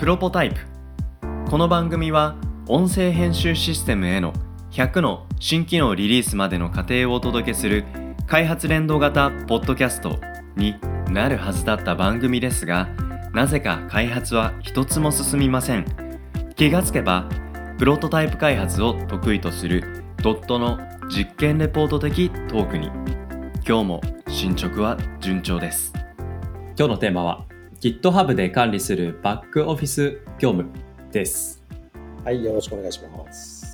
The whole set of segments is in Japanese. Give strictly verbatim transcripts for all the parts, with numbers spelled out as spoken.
プロポタイプ。この番組は音声編集システムへのひゃくの新機能リリースまでの過程をお届けする開発連動型ポッドキャストになるはずだった番組ですが、なぜか開発は一つも進みません。気がつけばプロトタイプ開発を得意とするドットの実験レポート的トークに、今日も進捗は順調です。 今日のテーマは GitHub で管理するバックオフィス業務です。 はい、よろしくお願いします。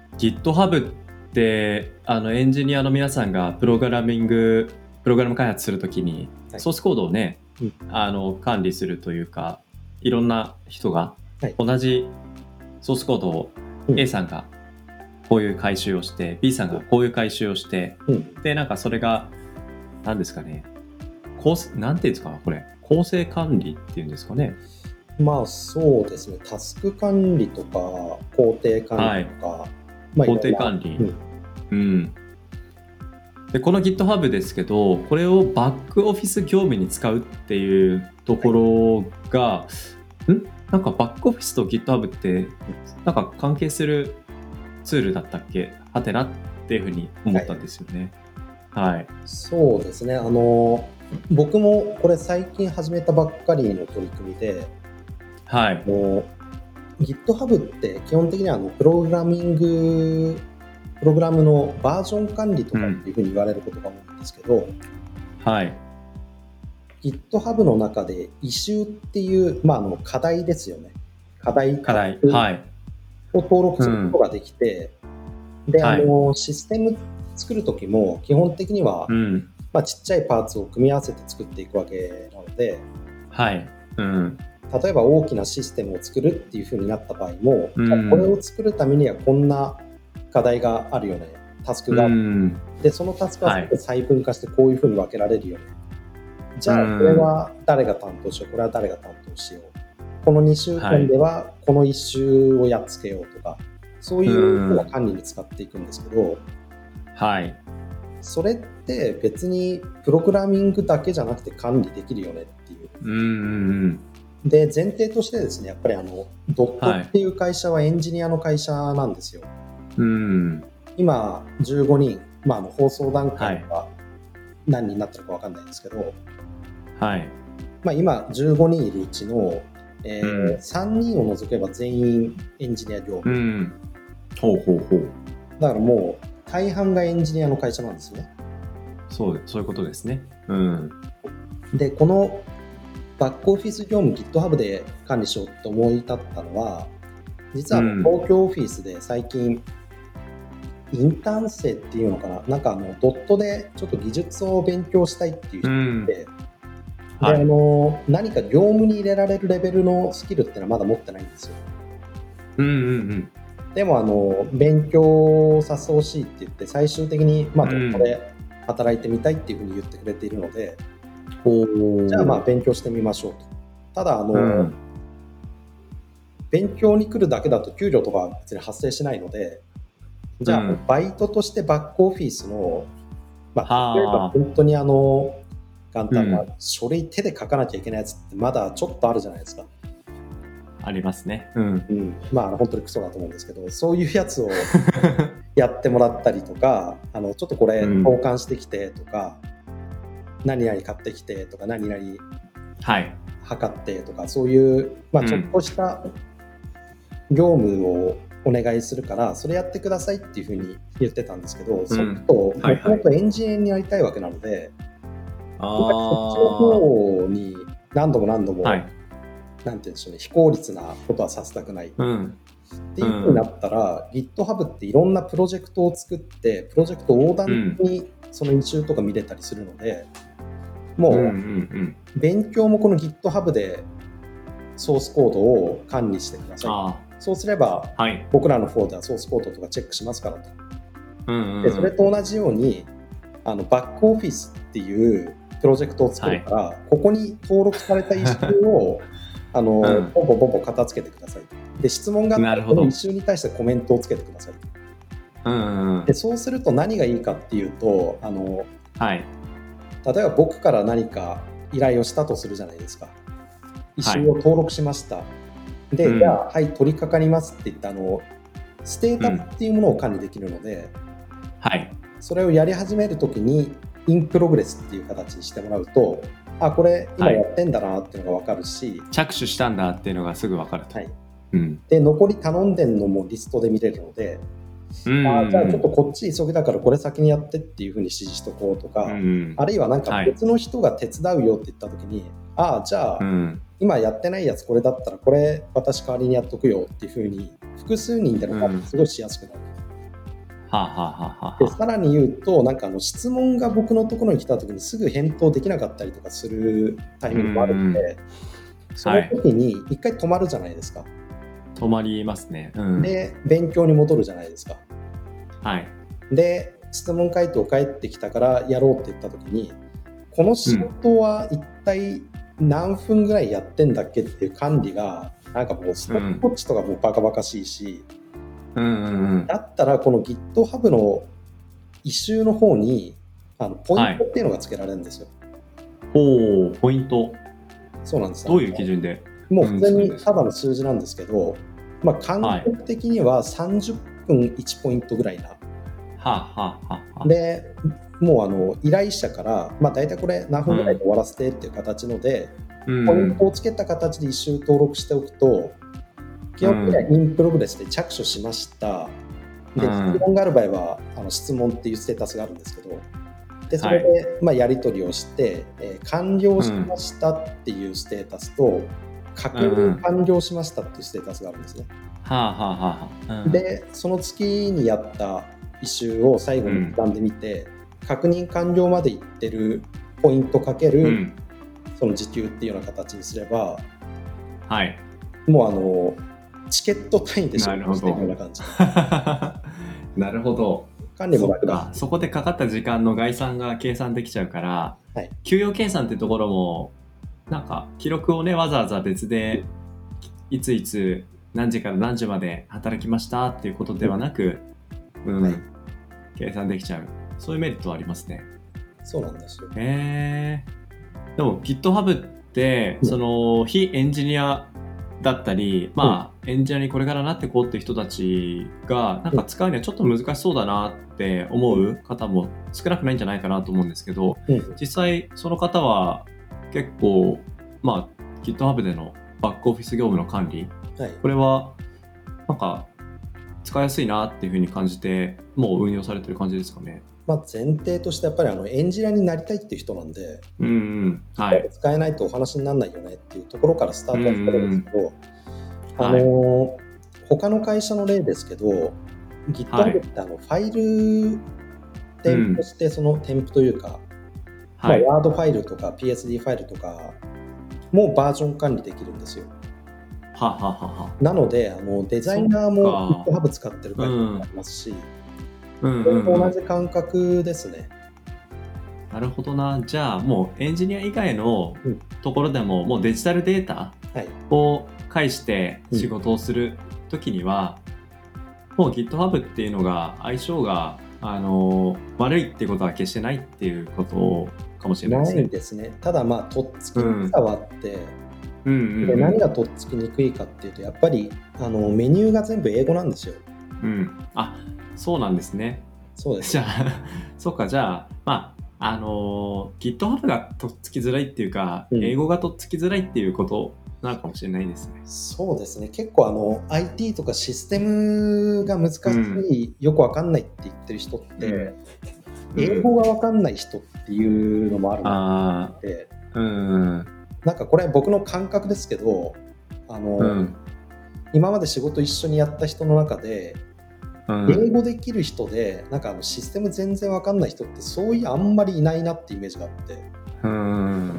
GitHub ってあのエンジニアの皆さんがプログラミングプログラム開発するときに、はい、ソースコードをね、うん、あの管理するというか、いろんな人が同じソースコードを A さんがこういう回収をして、うん、B さんがこういう回収をして、うん、でなんかそれが何ですかね、こうなんていうんですかこれ構成管理っていうんですかね。 まあそうですね、タスク管理とか工程管理とか、はい、 まあ、工程管理、うんうん、でこの GitHub ですけど、これをバックオフィス業務に使うっていうところが、はい、んなんかバックオフィスと GitHub ってなんか関係するツールだったっけはてなっていうふうに思ったんですよね。はい、はい、 そうですね、あの僕もこれ最近始めたばっかりの取り組みで、 はい、 もう GitHub って基本的にはあのプログラミングプログラムのバージョン管理とかっていうふうに言われることが多いんですけど、うん、 はい、 GitHub の中でイシューっていう、まあ、あの課題ですよね。課題課題、はい、 を登録することができて、うん、で、あの、はい、システム作るときも基本的には、うん、まあ、ちっちゃいパーツを組み合わせて作っていくわけなので、 はい、うん、 例えば大きなシステムを作るっていう風になった場合も、うん、これを作るためにはこんな課題があるよね、タスクがある、うん、でそのタスクは細分化してこういう風に分けられるよね、はい、じゃあこれは誰が担当しよう、これは誰が担当しよう、このに週間ではこのいっ週をやっつけようとか、そういう風な管理に使っていくんですけど、 はい、 それって別にプログラミングだけじゃなくて管理できるよねっていう、 うんうんうんで前提としてですね、やっぱりあのドットっていう会社はエンジニアの会社なんですよ。 うん、 今じゅうごにん、まあ、あの放送段階は何人になったのか分かんないですけど、 はい、 まあ、今じゅうごにんいるうちの、えーうん、さんにんを除けば全員エンジニア業務、うん、 ほうほうほう。 だからもう大半がエンジニアの会社なんですね。 そう、そういうことですね。うん、 でこのバックオフィス業務 GitHub で管理しようと思い立ったのは、実は東京オフィスで最近、うん、インターン生っていうのかな、なんかあのドットでちょっと技術を勉強したいっていう人がいて、うん、はい、であの何か業務に入れられるレベルのスキルってのはまだ持ってないんですよ。 うんうんうん、 でもあの勉強させてほしいって言って、最終的に、まあ、ドットで働いてみたいっていうふうに言ってくれているので、うん、じゃあまあ勉強してみましょうと。ただあの、うん、勉強に来るだけだと給料とかは別に発生しないので、じゃあバイトとしてバックオフィスの、まあ、例えば本当にあの簡単な書類手で書かなきゃいけないやつってまだちょっとあるじゃないですか。 ありますね。うんうん、 まあ本当にクソだと思うんですけど、そういうやつをやってもらったりとか、あのちょっとこれ交換してきてとか、うん、何々買ってきてとか、何々測ってとか、はい、そういう、まあ、ちょっとした業務をお願いするから、それやってくださいっていうふうに言ってたんですけど、うん、そのともともとエンジニアになりたいわけなので、あそっちの方に何度も何度も、はい、なんていうんでしょうね、非効率なことはさせたくない、うん、っていうふうになったら、うん、GitHub っていろんなプロジェクトを作って、プロジェクト横断にそのイシューとか見れたりするので、もう勉強もこの GitHub でソースコードを管理してください。そうすれば、はい、僕らの方ではソースコードとかチェックしますからと、うんうんうん、でそれと同じようにあのバックオフィスっていうプロジェクトを作るから、はい、ここに登録されたイシューをあの、うん、ボンボンボンボン片付けてくださいと。で質問があったらこのイシューに対してコメントをつけてくださいと、うんうんうん、でそうすると何がいいかっていうと、あの、はい、例えば僕から何か依頼をしたとするじゃないですか。イシューを登録しました、はい、 で、 うんじゃあ、はい、取り掛かりますって言ったあの、ステータスっていうものを管理できるので、 はい。 それをやり始めるときに、インプログレスっていう形にしてもらうと、あ、これ今やってんだなっていうのが分かるし、 着手したんだっていうのがすぐ分かると。 はい。 うん。 で、残り頼んでんのもリストで見れるので、 うんあ、じゃあちょっとこっち急ぎだからこれ先にやってっていうふうに指示しとこうとか、 うんあるいはなんか別の人が手伝うよって言ったときに、あ、じゃあ、 うん今やってないやつこれだったらこれ私代わりにやっとくよっていうふうに複数人での管理すごいしやすくなる。 はあ、はあはあはでさらに言うと、なんかあの質問が僕のところに来たときにすぐ返答できなかったりとかするタイミングもあるので、その時に一回止まるじゃないですか。 止まりますね。うん、 で、勉強に戻るじゃないですか。 はい。 で、質問回答返ってきたからやろうって言った時に、この仕事は一体何分ぐらいやってんだっけっていう管理が、なんかもうストップウォッチとかもバカバカしいし、 うんうんうん、 だったらこの GitHub のイシューの方にあのポイントっていうのが付けられるんですよ。 ほう、ポイント。 そうなんです。 どういう基準で？ もう普通にただの数字なんですけど、まあ、感覚的にはさんじゅっぷんいちポイントぐらいな。 はあはあはあ、 で、もうあの依頼者から、まあ、大体これ何分ぐらいで終わらせてっていう形ので、うん、ポイントをつけた形で一周登録しておくと、基本的にはインプログレスで着手しました。で、質問がある場合はあの質問っていうステータスがあるんですけど、でそれで、はい、まあ、やり取りをして、えー、完了しましたっていうステータスと、確認完了しましたっていうステータスがあるんですね。 はあはあはあ、うん、 で、その月にやった一周を最後に刻んでみて、うん、確認完了までいってるポイントかける、うん、その時給っていうような形にすれば、 はい、 もうあのチケット単位で消費していくような感じ。 なるほど。 管理も楽だ。 そ, そこでかかった時間の概算が計算できちゃうから、 はい、 給与計算ってところもなんか記録をねわざわざ別でいついつ何時から何時まで働きましたっていうことではなく、うん、はい、計算できちゃう。そういうメリットはありますね。 そうなんですよ。 へー。でも GitHub って、うん、その非エンジニアだったり、まあ、うん、エンジニアにこれからなっていこうっていう人たちがなんか使うにはちょっと難しそうだなって思う方も少なくないんじゃないかなと思うんですけど、うん、実際その方は結構、まあ、GitHub でのバックオフィス業務の管理、はい、これはなんか使いやすいなっていうふうに感じてもう運用されてる感じですかね。 まあ、前提としてやっぱりあのエンジニアになりたいっていう人なんで、 うんうんはい、 使えないとお話にならないよねっていうところからスタートはしてるんですけど、あのーはい、他の会社の例ですけど GitHub ってあのファイル添付して、その添付というか、はいまあ、ワードファイルとか ピーエスディー ファイルとかもバージョン管理できるんですよ。 ははははなのであのデザイナーも GitHub 使ってる会社もありますし、うんうんうん、同じ感覚ですね。 なるほどな。じゃあもうエンジニア以外のところでも、うん、もうデジタルデータを介して仕事をするときには、うん、もう GitHub っていうのが相性があの悪いっていうことは決してないっていうことかもしれないですね。 ないですね。ただまあとっつきにくさはあって、 うんうんうんうん、 で何がとっつきにくいかっていうとやっぱりあのメニューが全部英語なんですよ。 うん、あそうなんですね。 そうです。 じゃあそうかじゃあまああの GitHub がとっつきづらいっていうか、うん、英語がとっつきづらいっていうことなのかもしれないですね。 そうですね。結構あの アイティー とかシステムが難しい、うん、よくわかんないって言ってる人って、うん、英語がわかんない人っていうのもあるので、 うん、 なんかこれ僕の感覚ですけど、あの、うん、今まで仕事一緒にやった人の中で、うん、英語できる人でなんかあのシステム全然わかんない人ってそういうあんまりいないなってイメージがあって。 うん、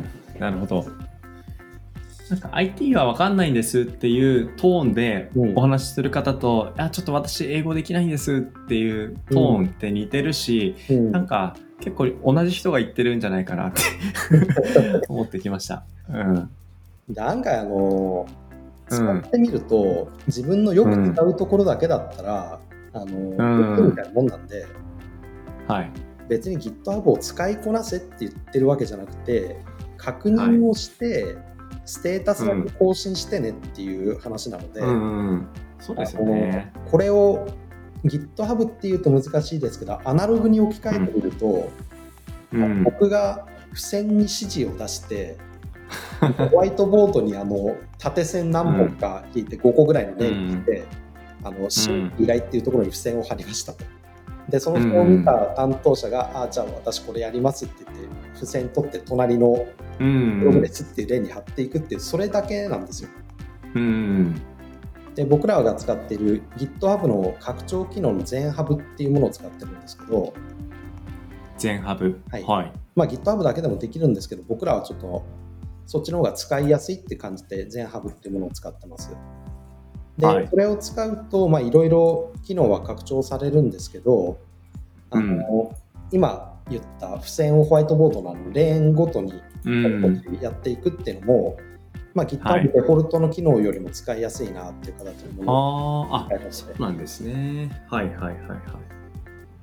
なるほど。なんか アイティー は分かんないんですっていうトーンでお話しする方と、うん、あちょっと私英語できないんですっていうトーンって似てるし、うん、なんか結構同じ人が言ってるんじゃないかなって思ってきました。うん、 なんかあの使ってみると、うん、自分のよく使うところだけだったら、うん、あの、うん、みたいなもんなんで、 はい、 別に GitHub を使いこなせって言ってるわけじゃなくて確認をして、はいステータスだけ更新してねっていう話なので、 うんうんうん、そうですよね。 これを GitHub っていうと難しいですけど、アナログに置き換えてみると、うん、僕が付箋に指示を出してホワイトボードにあの縦線何本か引いてごこぐらいの例に引いて、うん、あの新規依頼っていうところに付箋を貼りましたと。でその付箋を見た担当者が、うん、あじゃあ私これやりますって言って付箋取って隣のプログレスっていう例に貼っていくっていう、それだけなんですよ。うんで僕らが使っている GitHub の拡張機能の全ハブっていうものを使ってるんですけど、 全ハブ、 はいはい、まあ、GitHub だけでもできるんですけど、僕らはちょっとそっちの方が使いやすいって感じで全ハブっていうものを使ってます。で、はい、それを使うといろいろ機能は拡張されるんですけど、あの、うん、今言った付箋をホワイトボードのレーンごとにやっていくっていうのも、うんまあ、GitHub デフォルトの機能よりも使いやすいなっていう形のものを、 はい、ああそうなんですね。はいはいはいはい。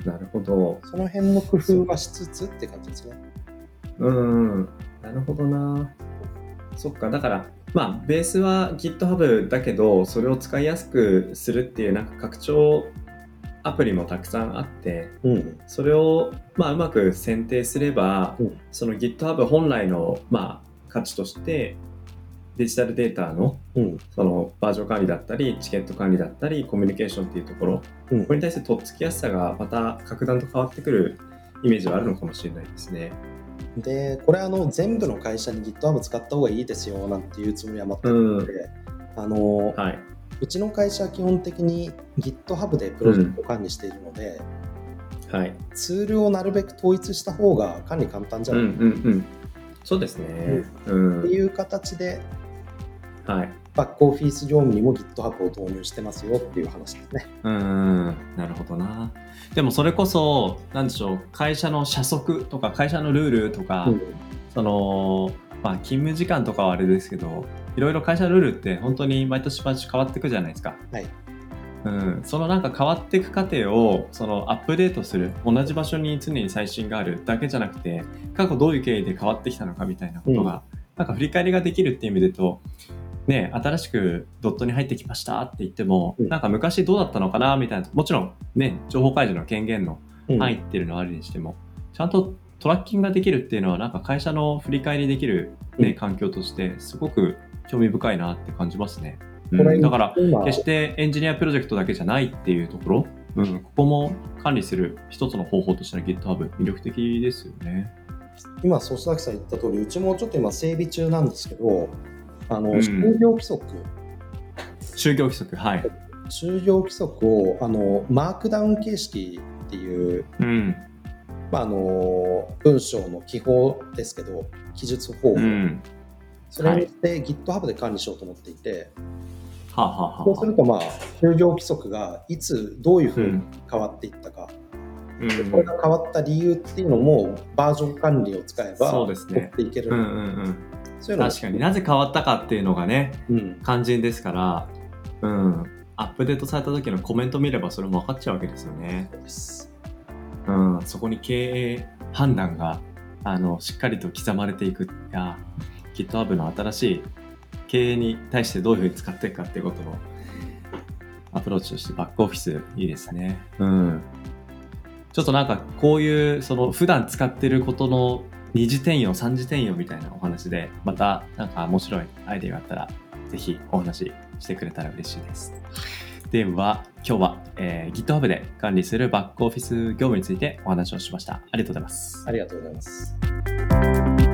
なるほど。 その辺の工夫はしつつって感じですね。 うんなるほどな。そっか、だからまあベースは GitHub だけど、それを使いやすくするっていうなんか拡張アプリもたくさんあって、うん、それをまあうまく選定すれば、うん、その GitHub 本来のまあ価値としてデジタルデータ の,、うん、そのバージョン管理だったりチケット管理だったりコミュニケーションっていうところ、うん、これに対してとっつきやすさがまた格段と変わってくるイメージはあるのかもしれないですね。 でこれあの全部の会社に GitHub 使った方がいいですよなんていうつもりは全くなくて、うん、あの、はい、うちの会社は基本的に GitHub でプロジェクトを管理しているので、うんはい、ツールをなるべく統一した方が管理簡単じゃないですか、うんうんうん、 そうですね、 うん、っていう形ではい、バックオフィス業務にも GitHub を導入してますよっていう話ですね。 うーん、なるほどな。でもそれこそなんでしょう、会社の社則とか会社のルールとか、うん、そのまあ勤務時間とかはあれですけど、いろいろ会社のルールって本当に毎年毎年変わっていくじゃないですか。はい。うん、そのなんか変わっていく過程をそのアップデートする、同じ場所に常に最新があるだけじゃなくて、過去どういう経緯で変わってきたのかみたいなことが、うん、なんか振り返りができるっていう意味で言うと。ね、新しくドットに入ってきましたって言っても、うん、なんか昔どうだったのかなみたいな、もちろんね情報開示の権限の入ってるのあるにしても、うん、ちゃんとトラッキングができるっていうのはなんか会社の振り返りできる、ねうん、環境としてすごく興味深いなって感じますね、うん、だから決してエンジニアプロジェクトだけじゃないっていうところ、うん、ここも管理する一つの方法としての GitHub 魅力的ですよね。 今曽崎さん言った通り、うちもちょっと今整備中なんですけど、あの、うん、就業規則就業規則はい就業規則をあのマークダウン形式っていう、うんまあ、あの文章の記法ですけど記述方法、うん、それにして GitHub で管理しようと思っていて、はい、はははそうすると、まあ、就業規則がいつどういうふうに変わっていったか、うん、それが変わった理由っていうのもバージョン管理を使えば取っていける、 うんうんうんそういうの確かになぜ変わったかっていうのがね、うん、肝心ですから、うん、アップデートされた時のコメント見ればそれも分かっちゃうわけですよね。そうです、うん、そこに経営判断があのしっかりと刻まれていく。いや GitHub の新しい経営に対してどういうふうに使っていくかっていうことのアプローチとしてバックオフィスいいですね、うん、ちょっとなんかこういうその普段使ってることの二次転用三次転用みたいなお話でまたなんか面白いアイデアがあったらぜひお話ししてくれたら嬉しいです。では今日は、えー、GitHub で管理するバックオフィス業務についてお話をしました。ありがとうございます。 ありがとうございます。